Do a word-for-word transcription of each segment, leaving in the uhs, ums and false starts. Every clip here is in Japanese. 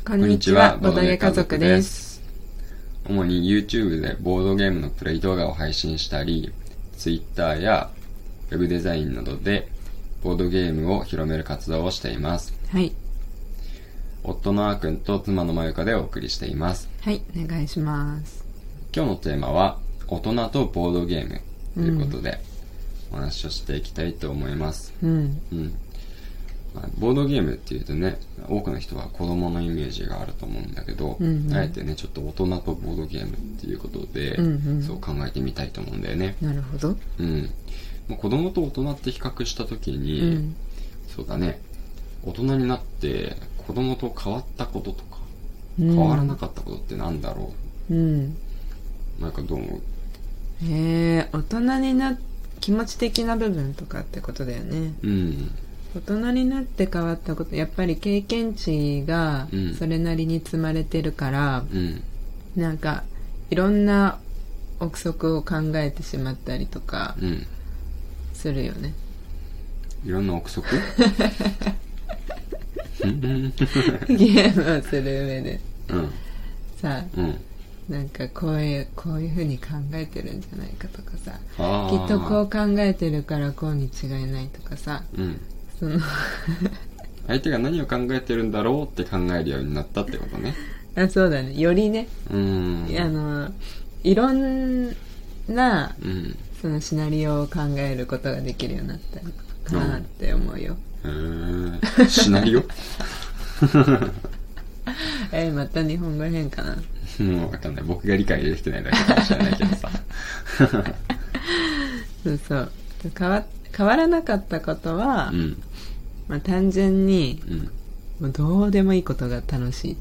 こんにちは、ボドゲ家族です。 主に YouTube でボードゲームのプレイ動画を配信したり、Twitter や Web デザインなどでボードゲームを広める活動をしています。 はい。 夫のあーくんと妻のまゆかでお送りしています。 はい、お願いします。 今日のテーマは大人とボードゲームということで、うん、お話をしていきたいと思います。 うん。 うんまあ、ボードゲームっていうとね、多くの人は子供のイメージがあると思うんだけど、うんうん、あえてねちょっと大人とボードゲームっていうことで、うんうん、そう考えてみたいと思うんだよね。 なるほど。 うん。まあ、子供と大人って比較した時に、うん、そうだね、大人になって子供と変わったこととか、うん、変わらなかったことってなんだろう。うん。なんかどう思う？ へえ、大人になっ気持ち的な部分とかってことだよね。 うん。 大人になって変わったこと、やっぱり経験値がそれなりに積まれてるから、うん、なんかいろんな憶測を考えてしまったりとかするよね、 うん、いろんな憶測ゲームをする上で、うん、さあ、うんなんかこういうこういう風に考えてるんじゃないかとかさ、きっとこう考えてるからこうに違いないとかさ、うん、その相手が何を考えてるんだろうって考えるようになったってことね。 あ、そうだね。よりね、うんあのいろんな、うん、そのシナリオを考えることができるようになったかなって思うよ。 うん、へシナリオえまた日本語変かな。 もう分かんない。僕が理解できてないだけかもしれないけどさそうそう変わ、変わらなかったことは、うんまあ、単純に、うん、もうどうでもいいことが楽しい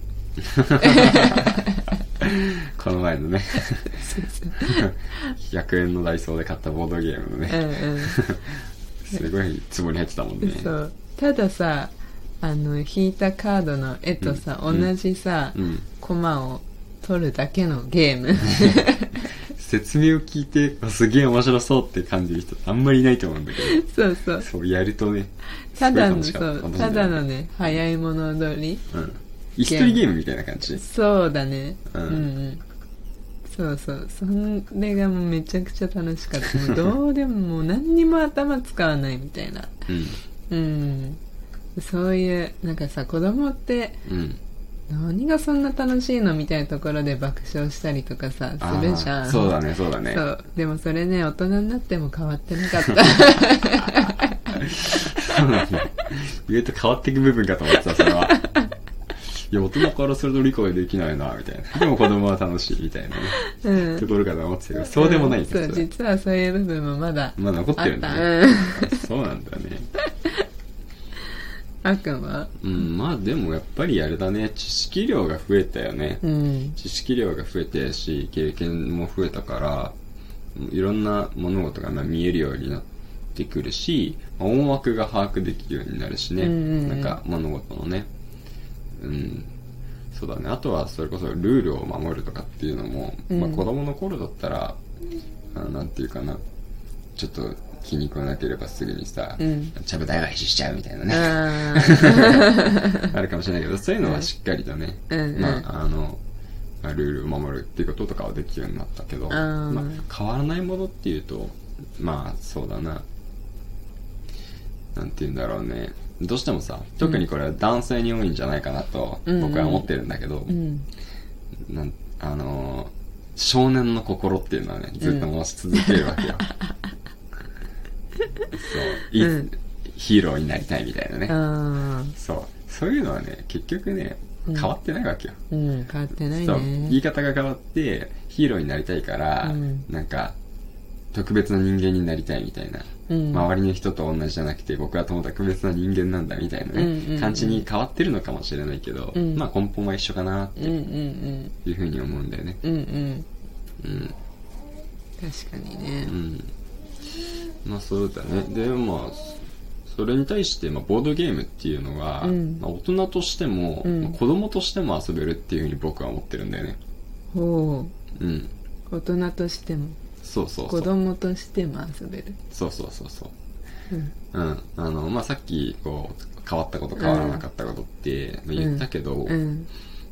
この前のねひゃくえんのダイソーで買ったボードゲームのね、うんうん、すごいツボに入ってたもんね。 そうたださあの引いたカードの絵とさ、うん、同じさ、うん、コマを取るだけのゲーム説明を聞いてすげえ面白そうって感じる人あんまりいないと思うんだけどそうそうそうやるとねただのそうただのね早いもの踊り、 うん、椅子取りゲームみたいな感じ。 そうだね、うん、うんうんそうそうそれがもうめちゃくちゃ楽しかったもうどうでももう何にも頭使わないみたいなうん、うん、そういうなんかさ子供って、うん何がそんな楽しいのみたいなところで爆笑したりとかさするじゃん。 そうだねそうだね。 そうでもそれね大人になっても変わってなかったそうなんだ。意外と変わっていく部分かと思ってたそれはいや大人からすると理解できないなみたいなでも子供は楽しいみたいなね、うん、ところかと思ってたけどそうでもないんですよ、 うん、そう実はそういう部分もまだまだ残ってるんだね、 うん、 そうなんだね。 あっくんはうんまあでもやっぱりあれだね知識量が増えたよね、うん、知識量が増えてし経験も増えたからいろんな物事がまあ見えるようになってくるし大枠が把握できるようになるしね、うんうんうん、なんか物事のねうんそうだね。あとはそれこそルールを守るとかっていうのも、うん、まあ子供の頃だったらあなんていうかなちょっと気に食わなければすぐにさ、うん、ちゃぶ台返ししちゃうみたいなね あ, あるかもしれないけどそういうのはしっかりとね、うんまあ、あのルールを守るっていうこととかはできるようになったけど、まあ、変わらないものっていうとまあそうだななんて言うんだろうねどうしてもさ特にこれは男性に多いんじゃないかなと僕は思ってるんだけど、うんうん、なんあの少年の心っていうのはねずっと持ち続けるわけよ、そうい、うん、ヒーローになりたいみたいなねそうそういうのはね結局ね変わってないわけよ、 うんうん、変わってないね。 そう言い方が変わってヒーローになりたいから、うん、なんか特別な人間になりたいみたいな、うん、周りの人と同じじゃなくて僕はも特別な人間なんだみたいなね、うんうんうん、感じに変わってるのかもしれないけど、うん、まあ根本は一緒かなっていうふうに思うんだよね。うんうん、 うん、確かにね。うんまあそうだね。でまあそれに対して、まあ、ボードゲームっていうのは、うんまあ、大人としても、うんまあ、子供としても遊べるっていうふうに僕は思ってるんだよね。 ほう、うん、大人としてもそうそうそう子供としても遊べるそうそうそうそう、うんうんあのまあ、さっきこう変わったこと変わらなかったことって言ったけど、うんうん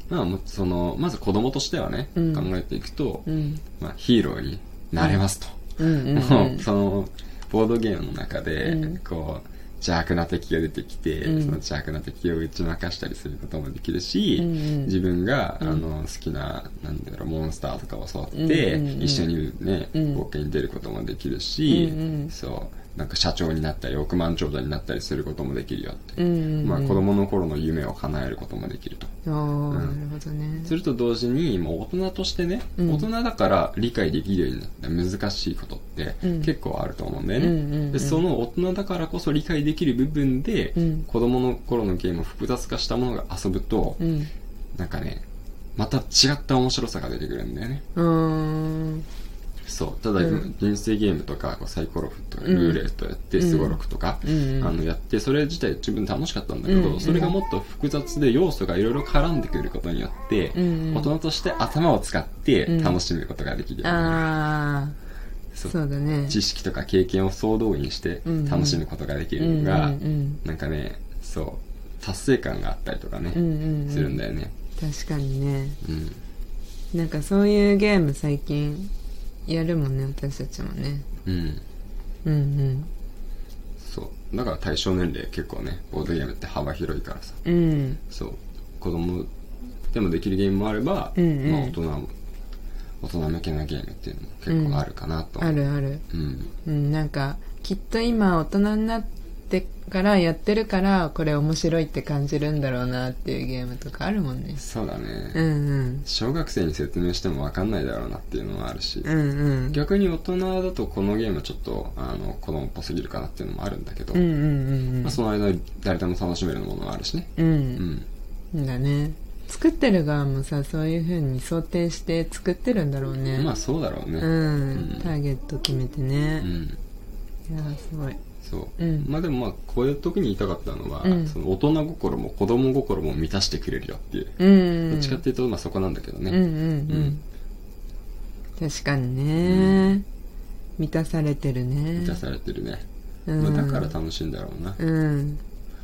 まあ、もそのまず子供としてはね、うん、考えていくと、 うんまあ、ヒーローになれますと、 うんうんうんうん、 もうそのボードゲームの中で、うん、こう邪悪な敵が出てきて、うん、その邪悪な敵を打ち負かしたりすることもできるし、うんうん、自分が、うん、あの好きななんだろうモンスターとかを襲って、うんうんうん、一緒にね、うん、冒険に出ることもできるし、うんうん、そうなんか社長になったり億万長者になったりすることもできるよって、 うんうんうん、 まあ、子供の頃の夢を叶えることもできると、 うん、なるほどね。 それと同時にもう大人としてね、うん、大人だから理解できるようになった難しいことって結構あると思うんだよね、うんうんうんうん、でその大人だからこそ理解できる部分で、うん、子供の頃のゲームを複雑化したものが遊ぶと、うん、なんかねまた違った面白さが出てくるんだよね。 うーんそうただ、うん、人生ゲームとかサイコロフとかルーレットやって、うん、スゴロクとか、うん、あのやってそれ自体自分楽しかったんだけど、うん、それがもっと複雑で要素がいろいろ絡んでくることによって、うん、大人として頭を使って楽しむことができるようになる、うん、 あそう、そうだね、 知識とか経験を総動員して楽しむことができるのが、うんうん、なんかねそう達成感があったりとかね、うんうんうん、するんだよね。 確かにね、 うん、 なんかそういうゲーム最近やるもんね私たちもね、 うん、うんうんそうだから対象年齢結構ねボードゲームって幅広いからさ、 うん、 そう子供でもできるゲームもあれば、うんうんまあ、大人も大人向けなゲームっていうのも結構あるかなと思う、 うん、あるある、 うんうん、なんかきっと今大人になってからやってるからこれ面白いって感じるんだろうなっていうゲームとかあるもんね。 そうだね、 うんうん、 小学生に説明しても分かんないだろうなっていうのもあるし、 うんうん、 逆に大人だとこのゲームちょっとあの子供っぽすぎるかなっていうのもあるんだけど、 うんうんうんうんまあ、その間に誰でも楽しめるものがあるしね、 うんうん、だね。作ってる側もさそういう風に想定して作ってるんだろうね。 まあそうだろうね、 うんうん、ターゲット決めてね、 うん、 いやすごいそう、 うん、 まあでもまあこういう時に言いたかったのは、 うん、 その大人心も子供心も満たしてくれるよっていう、 うんうん、 どっちかっていうとまあそこなんだけどね、 うんうんうんうん、確かにね、うん、満たされてるね満たされてるね、 うんまあ、だから楽しいんだろうな、 うんうん、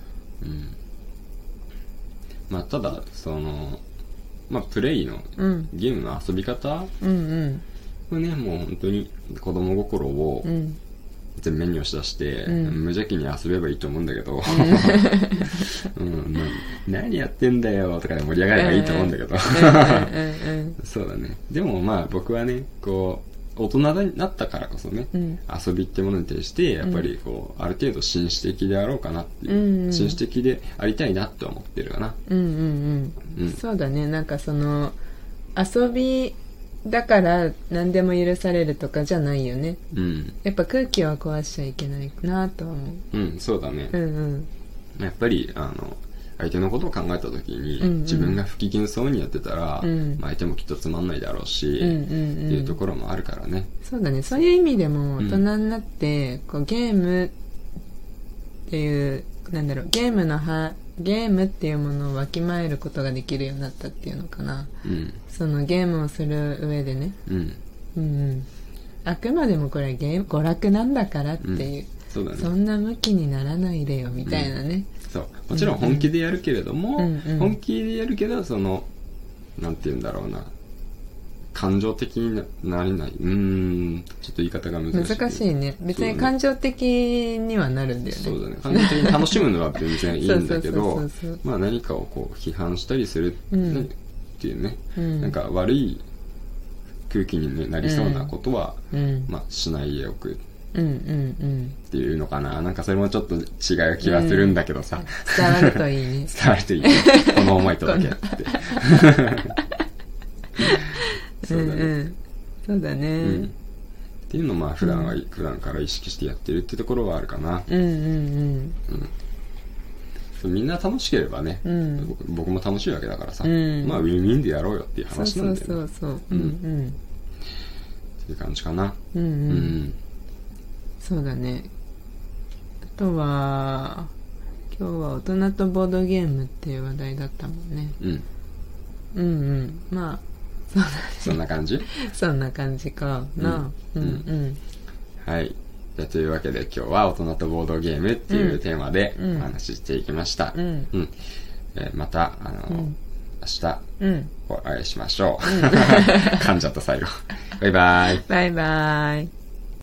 まあただそのまあプレイの、うん、ゲームの遊び方はね、 うんうん、 もう本当に子供心を、うん全面に押し出して、うん、無邪気に遊べばいいと思うんだけど、うん、何やってんだよとかで盛り上がればいいと思うんだけどそうだね。でもまあ僕はねこう大人になったからこそね、うん、遊びってものに対してやっぱりこう、うん、ある程度紳士的であろうかなっていう、うんうん、紳士的でありたいなって思ってるかな、 うんうんうんうん、そうだね。なんかその遊びだから何でも許されるとかじゃないよね、 うん、 やっぱ空気は壊しちゃいけないなとは思う。 うんそうだね、 うんうん、 やっぱりあの相手のことを考えた時に、うんうん、自分が不機嫌そうにやってたら、うんまあ、相手もきっとつまんないだろうし、うんうんうん、っていうところもあるからね。 そうだね。そういう意味でも大人になって、うん、こうゲームっていうなんだろうゲームのはゲームっていうものをわきまえることができるようになったっていうのかな、 うん、 そのゲームをする上でね、 うんうんうん、あくまでもこれはゲーム娯楽なんだからっていう、うんそうだね、 そんな向きにならないでよみたいなね、 うん、そうもちろん本気でやるけれども、うんうん、本気でやるけどそのなんて言うんだろうな感情的になれない。うーんちょっと言い方が難しい。 難しいね。別に感情的にはなるんだよね。 そうだね。感情的に楽しむのは全然いいんだけどまあ何かをこう批判したりするっていうね、うん、なんか悪い空気になりそうなことは、うん、まあしないでおくうんうんうんっていうのかな。なんかそれもちょっと違う気はするんだけどさ、うん、 伝わるといいね伝わるといいねこの思いとだけってそうだね、うんうん、そうだね、うん、っていうのをまあ普段は、うん、普段から意識してやってるってところはあるかな。 うんうんうん、 うん、みんな楽しければね、うん、僕, 僕も楽しいわけだからさ、うん、まあウィンウィンでやろうよっていう話なんだよね。 そうそうそうそう、うんうん、 っていう感じかな。 うんうん、うん、そうだね。あとは今日は大人とボードゲームっていう話題だったもんね。 うん、 うんうんまあそうだね。 そんな感じそんな感じかな、うん、うんうんはいじゃというわけで今日は大人とボードゲームっていうテーマでお話ししていきました、 うんうんえー、またあの、うん、 日、 うん、 お会いしましょう。うん、噛んじゃった最後。バイバイ。 バイバイ。